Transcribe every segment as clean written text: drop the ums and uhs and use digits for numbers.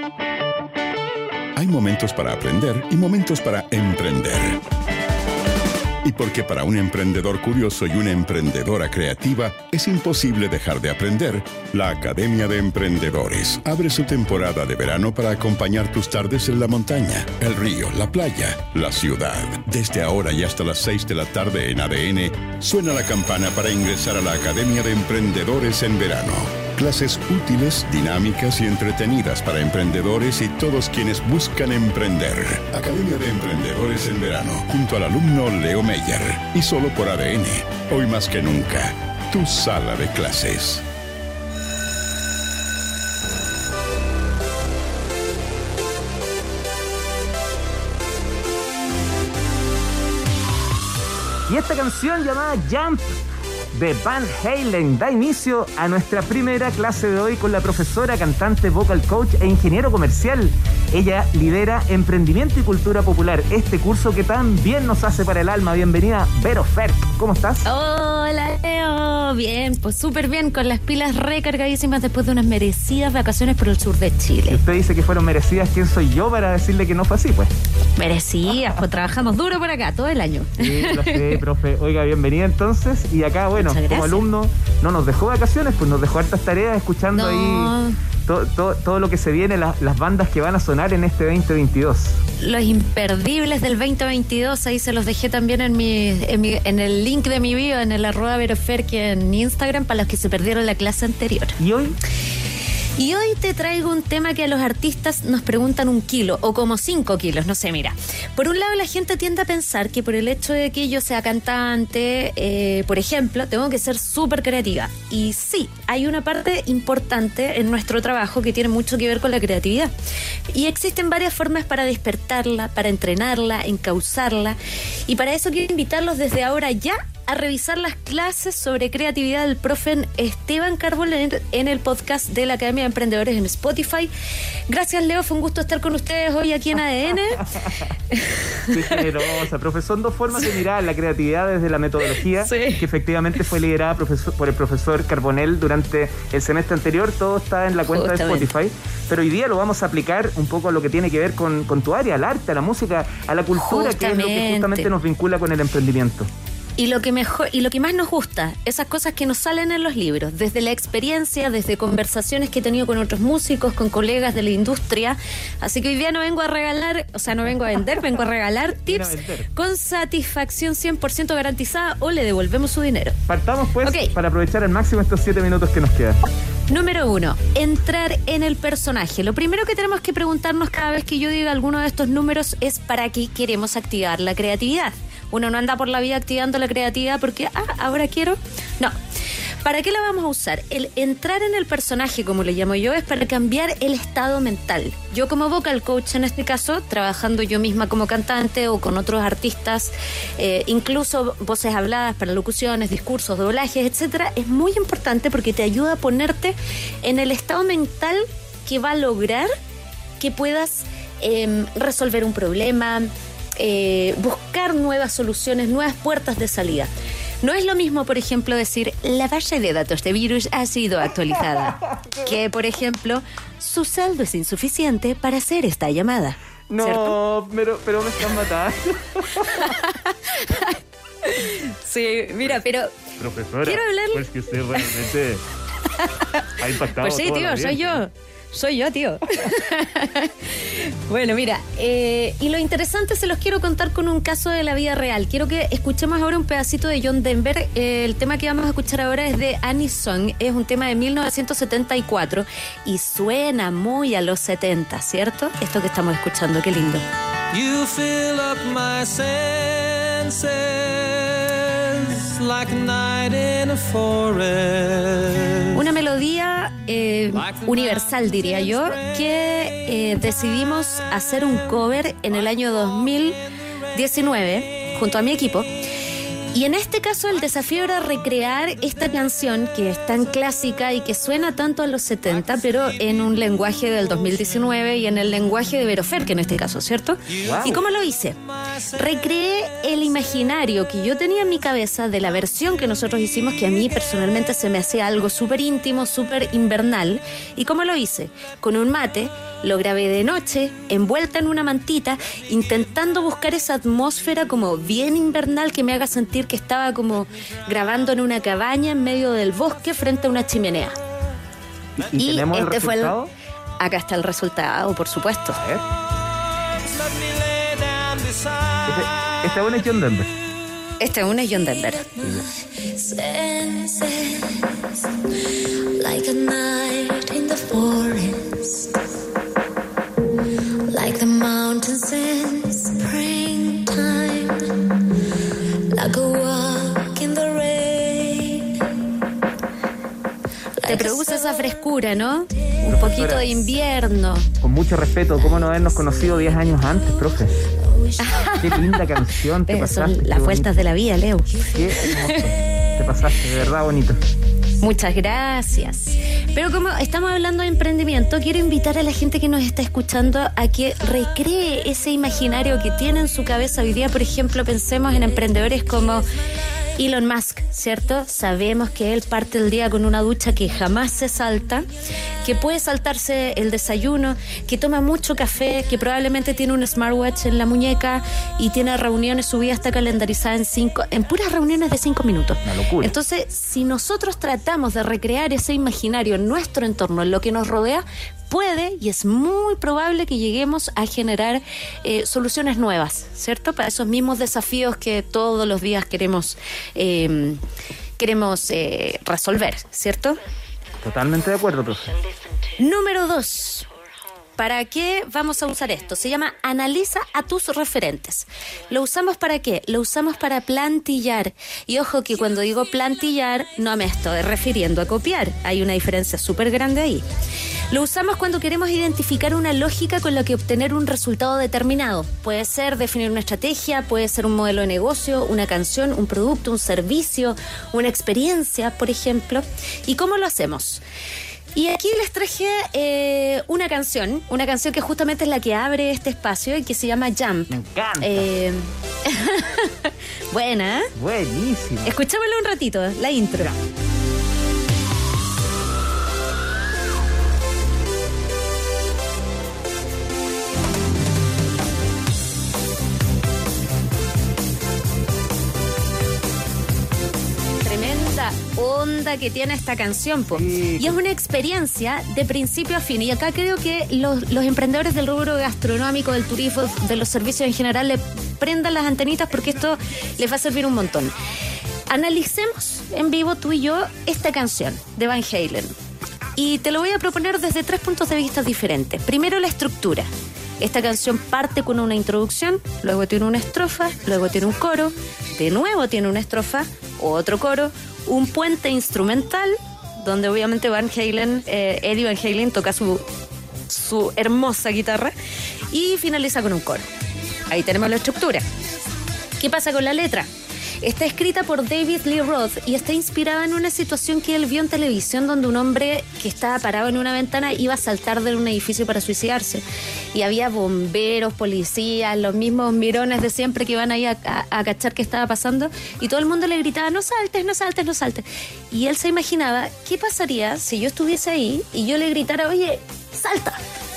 Hay momentos para aprender y momentos para emprender. Y porque para un emprendedor curioso y una emprendedora creativa es imposible dejar de aprender, la Academia de Emprendedores abre su temporada de verano para acompañar tus tardes en la montaña, el río, la playa, la ciudad. Desde ahora y hasta las 6 de la tarde en ADN, suena la campana para ingresar a la Academia de Emprendedores en verano. Clases útiles, dinámicas y entretenidas para emprendedores y todos quienes buscan emprender. Academia de Emprendedores en verano, junto al alumno Leo Meyer. Y solo por ADN. Hoy más que nunca, tu sala de clases. Y esta canción llamada Jump de Van Halen da inicio a nuestra primera clase de hoy con la profesora, cantante, vocal coach e ingeniero comercial. Ella lidera Emprendimiento y Cultura Popular, este curso que tan bien nos hace para el alma. Bienvenida, Vero Ferk. ¿Cómo estás? Hola, Leo. Bien, pues súper bien, con las pilas recargadísimas después de unas merecidas vacaciones por el sur de Chile. Si usted dice que fueron merecidas, ¿quién soy yo para decirle que no fue así, pues? Merecidas, pues trabajamos duro por acá todo el año. Sí, lo sé, profe. Oiga, bienvenida entonces. Y acá, bueno, como alumno, no nos dejó vacaciones, pues nos dejó hartas tareas escuchando ahí todo lo que se viene, las bandas que van a sonar en este 2022. Los imperdibles del 2022, ahí se los dejé también en el link de mi bio, en el @veroferk en Instagram, para los que se perdieron la clase anterior. Y hoy te traigo un tema que a los artistas nos preguntan 1 kilo o como 5 kilos, no sé, mira. Por un lado, la gente tiende a pensar que por el hecho de que yo sea cantante, por ejemplo, tengo que ser súper creativa. Y sí, hay una parte importante en nuestro trabajo que tiene mucho que ver con la creatividad. Y existen varias formas para despertarla, para entrenarla, encauzarla. Y para eso quiero invitarlos desde ahora ya a revisar las clases sobre creatividad del profe Esteban Carbol en el podcast de la Academia de Emprendedores en Spotify. Gracias, Leo, fue un gusto estar con ustedes hoy aquí en ADN. Qué generosa, profe. Son 2 formas de mirar la creatividad desde la metodología, sí, que efectivamente fue liderada por el profesor Carbonell durante el semestre anterior. Todo está en la cuenta de Spotify. Pero hoy día lo vamos a aplicar un poco a lo que tiene que ver con tu área, al arte, a la música, a la cultura, que es lo que justamente nos vincula con el emprendimiento. Y lo que más nos gusta, esas cosas que nos salen en los libros, desde la experiencia, desde conversaciones que he tenido con otros músicos, con colegas de la industria. Así que hoy día no vengo a regalar, o sea, no vengo a vender, vengo a regalar tips con satisfacción 100% garantizada, o le devolvemos su dinero. Partamos pues, para aprovechar al máximo estos 7 minutos que nos quedan. Número 1, entrar en el personaje. Lo primero que tenemos que preguntarnos cada vez que yo diga alguno de estos números es ¿para qué queremos activar la creatividad? Uno no anda por la vida activando la creatividad porque, ahora quiero. No. ¿Para qué la vamos a usar? El entrar en el personaje, como le llamo yo, es para cambiar el estado mental. Yo como vocal coach, en este caso, trabajando yo misma como cantante o con otros artistas, incluso voces habladas para locuciones, discursos, doblajes, etcétera, es muy importante porque te ayuda a ponerte en el estado mental que va a lograr que puedas resolver un problema, buscar nuevas soluciones, nuevas puertas de salida. No es lo mismo, por ejemplo, decir la base de datos de virus ha sido actualizada que, por ejemplo, su saldo es insuficiente para hacer esta llamada. No, ¿cierto? pero me están matando. Sí, mira, pero profesora, quiero hablarle. Pues que usted realmente ha impactado. Pues sí, tío, soy yo, tío. Bueno, mira, y lo interesante se los quiero contar con un caso de la vida real. Quiero que escuchemos ahora un pedacito de John Denver. El tema que vamos a escuchar ahora es de Annie's Song. Es un tema de 1974 y suena muy a los 70, ¿cierto? Esto que estamos escuchando, qué lindo. You fill up my senses like a night in a forest. Una melodía universal, diría yo, que decidimos hacer un cover en el año 2019 junto a mi equipo. Y en este caso el desafío era recrear esta canción que es tan clásica y que suena tanto a los 70, pero en un lenguaje del 2019 y en el lenguaje de Vero Ferk en este caso, ¿cierto? Wow. ¿Y cómo lo hice? Recreé el imaginario que yo tenía en mi cabeza de la versión que nosotros hicimos, que a mí personalmente se me hacía algo súper íntimo, súper invernal. ¿Y cómo lo hice? Con un mate Lo grabé de noche, envuelta en una mantita, intentando buscar esa atmósfera como bien invernal que me haga sentir que estaba como grabando en una cabaña en medio del bosque frente a una chimenea. ¿Y tenemos el resultado? Acá está el resultado, por supuesto. Esta una es John Denver. Esta una es John Denver. Like a night in the forest, like the mountains in springtime, like a walk in the rain. Te produce esa frescura, ¿no? Un poquito de invierno. Con mucho respeto, ¿cómo no habernos conocido 10 años antes, profe? Qué linda canción, te pasaste. Son las vueltas de la vida, Leo. Qué hermoso. Te pasaste, de verdad bonito. Muchas gracias. Pero como estamos hablando de emprendimiento, quiero invitar a la gente que nos está escuchando a que recree ese imaginario que tiene en su cabeza hoy día. Por ejemplo, pensemos en emprendedores como Elon Musk, ¿cierto? Sabemos que él parte el día con una ducha que jamás se salta, que puede saltarse el desayuno, que toma mucho café, que probablemente tiene un smartwatch en la muñeca y tiene reuniones, su vida está calendarizada en puras reuniones de 5 minutos. Una locura. Entonces, si nosotros tratamos de recrear ese imaginario en nuestro entorno, en lo que nos rodea, puede y es muy probable que lleguemos a generar soluciones nuevas, ¿cierto? Para esos mismos desafíos que todos los días queremos resolver, ¿cierto? Totalmente de acuerdo, profe. Número 2. ¿Para qué vamos a usar esto? Se llama analiza a tus referentes. ¿Lo usamos para qué? Lo usamos para plantillar. Y ojo que cuando digo plantillar, no me estoy refiriendo a copiar. Hay una diferencia súper grande ahí. Lo usamos cuando queremos identificar una lógica con la que obtener un resultado determinado. Puede ser definir una estrategia, puede ser un modelo de negocio, una canción, un producto, un servicio, una experiencia, por ejemplo. ¿Y cómo lo hacemos? Y aquí les traje una canción que justamente es la que abre este espacio y que se llama Jump. Me encanta. Buena, ¿eh? Buenísima. Escuchémosla un ratito, la intro. Ya. Onda que tiene esta canción, po. Sí. Y es una experiencia de principio a fin. Y acá creo que los emprendedores del rubro gastronómico, del turismo, de los servicios en general, le prendan las antenitas porque esto les va a servir un montón. Analicemos en vivo tú y yo esta canción de Van Halen. Y te lo voy a proponer desde 3 puntos de vista diferentes. Primero, la estructura. Esta canción parte con una introducción, luego tiene una estrofa, luego tiene un coro, de nuevo tiene una estrofa, otro coro, un puente instrumental, donde obviamente Eddie Van Halen toca su hermosa guitarra y finaliza con un coro. Ahí tenemos la estructura. ¿Qué pasa con la letra? Está escrita por David Lee Roth y está inspirada en una situación que él vio en televisión donde un hombre que estaba parado en una ventana iba a saltar de un edificio para suicidarse. Y había bomberos, policías, los mismos mirones de siempre que iban ahí a cachar qué estaba pasando y todo el mundo le gritaba, no saltes, no saltes, no saltes. Y él se imaginaba, ¿qué pasaría si yo estuviese ahí y yo le gritara, oye, salta?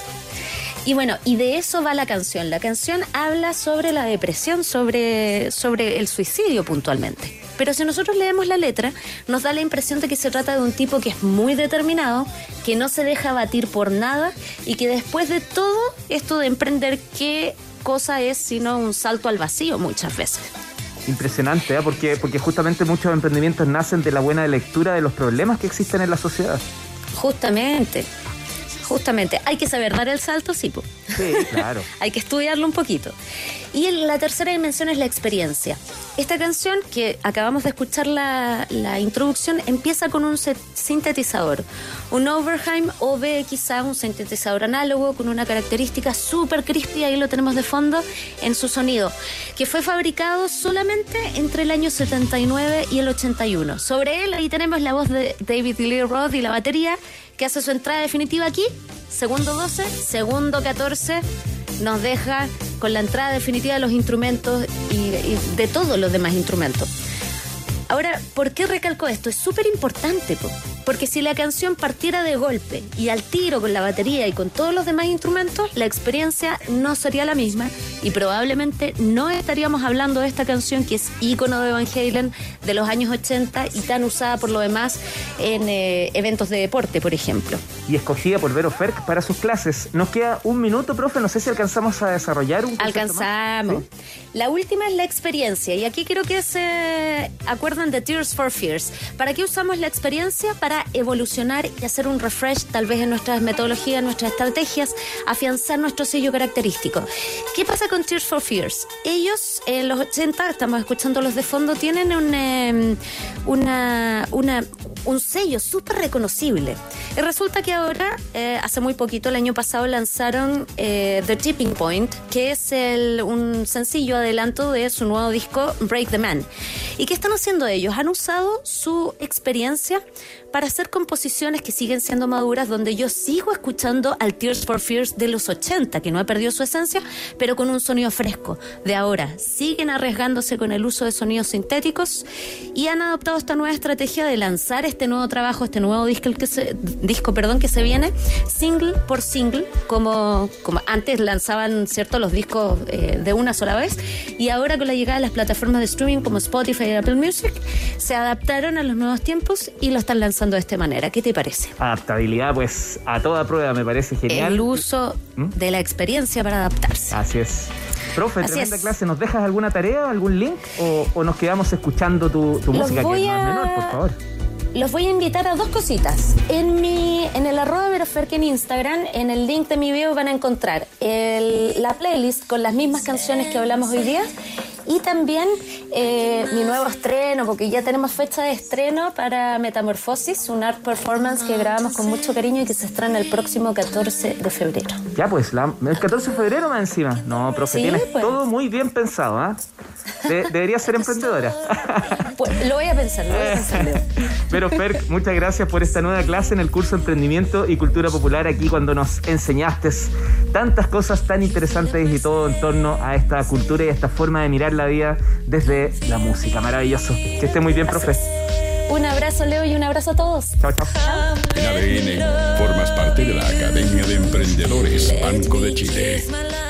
Y bueno, y de eso va la canción. La canción habla sobre la depresión, sobre el suicidio puntualmente. Pero si nosotros leemos la letra, nos da la impresión de que se trata de un tipo que es muy determinado, que no se deja abatir por nada y que después de todo esto de emprender, ¿qué cosa es sino un salto al vacío muchas veces? Impresionante, ¿eh? Porque justamente muchos emprendimientos nacen de la buena lectura de los problemas que existen en la sociedad. Justamente, hay que saber dar el salto, sí, po. Sí, claro. Hay que estudiarlo un poquito. Y la tercera dimensión es la experiencia. Esta canción, que acabamos de escuchar la introducción, empieza con un sintetizador. Un Oberheim OBXA, un sintetizador análogo con una característica súper crispy, ahí lo tenemos de fondo, en su sonido, que fue fabricado solamente entre el año 79 y el 81. Sobre él, ahí tenemos la voz de David Lee Roth y la batería, que hace su entrada definitiva aquí, segundo 12, segundo 14, nos deja con la entrada definitiva de los instrumentos y de todos los demás instrumentos. Ahora, ¿por qué recalco esto? Es súper importante, porque si la canción partiera de golpe y al tiro con la batería y con todos los demás instrumentos, la experiencia no sería la misma y probablemente no estaríamos hablando de esta canción que es ícono de Van Halen de los años 80 y tan usada por lo demás en eventos de deporte, por ejemplo. Y escogida por Vero Ferk para sus clases. Nos queda un minuto, profe, no sé si alcanzamos a desarrollar un concepto Alcanzamos. más. ¿Sí? La última es la experiencia y aquí quiero que se acuerden de Tears for Fears. ¿Para qué usamos la experiencia? Para evolucionar y hacer un refresh tal vez en nuestras metodologías, en nuestras estrategias, afianzar nuestro sello característico. ¿Qué pasa con Tears for Fears? Ellos en los 80, estamos escuchando los de fondo, tienen un sello súper reconocible. Y resulta que ahora, hace muy poquito, el año pasado, lanzaron The Tipping Point, que es un sencillo adelanto de su nuevo disco Break the Man. ¿Y qué están haciendo ellos? Han usado su experiencia para hacer composiciones que siguen siendo maduras, donde yo sigo escuchando al Tears for Fears de los 80, que no ha perdido su esencia, pero con un sonido fresco de ahora. Siguen arriesgándose con el uso de sonidos sintéticos y han adoptado esta nueva estrategia de lanzar este nuevo trabajo, este nuevo disco que se viene, single por single, como antes lanzaban, ¿cierto?, los discos de una sola vez, y ahora con la llegada de las plataformas de streaming como Spotify y Apple Music, se adaptaron a los nuevos tiempos y lo están lanzando de esta manera. ¿Qué te parece? Adaptabilidad, pues, a toda prueba, me parece genial. El uso de la experiencia para adaptarse. Así es. Profe, tremenda clase. ¿Nos dejas alguna tarea, algún link o nos quedamos escuchando tu música, que no es menor, por favor? Los voy a invitar a dos cositas. En el @veroferke en Instagram, en el link de mi video van a encontrar la playlist con las mismas canciones que hablamos hoy día y también mi nuevo estreno, porque ya tenemos fecha de estreno para Metamorfosis, un art performance que grabamos con mucho cariño y que se estrena el próximo 14 de febrero. Ya, pues, el 14 de febrero más encima. No, profe, sí, tienes pues todo muy bien pensado, ¿ah? Deberías ser emprendedora. Pues lo voy a pensar, Leo. Pero Ferk, muchas gracias por esta nueva clase en el curso Emprendimiento y Cultura Popular, aquí cuando nos enseñaste tantas cosas tan interesantes y todo en torno a esta cultura y a esta forma de mirar la vida desde la música. Maravilloso. Que esté muy bien, profe. Un abrazo, Leo, y un abrazo a todos. Chao, chao. En ADN formas parte de la Academia de Emprendedores Banco de Chile.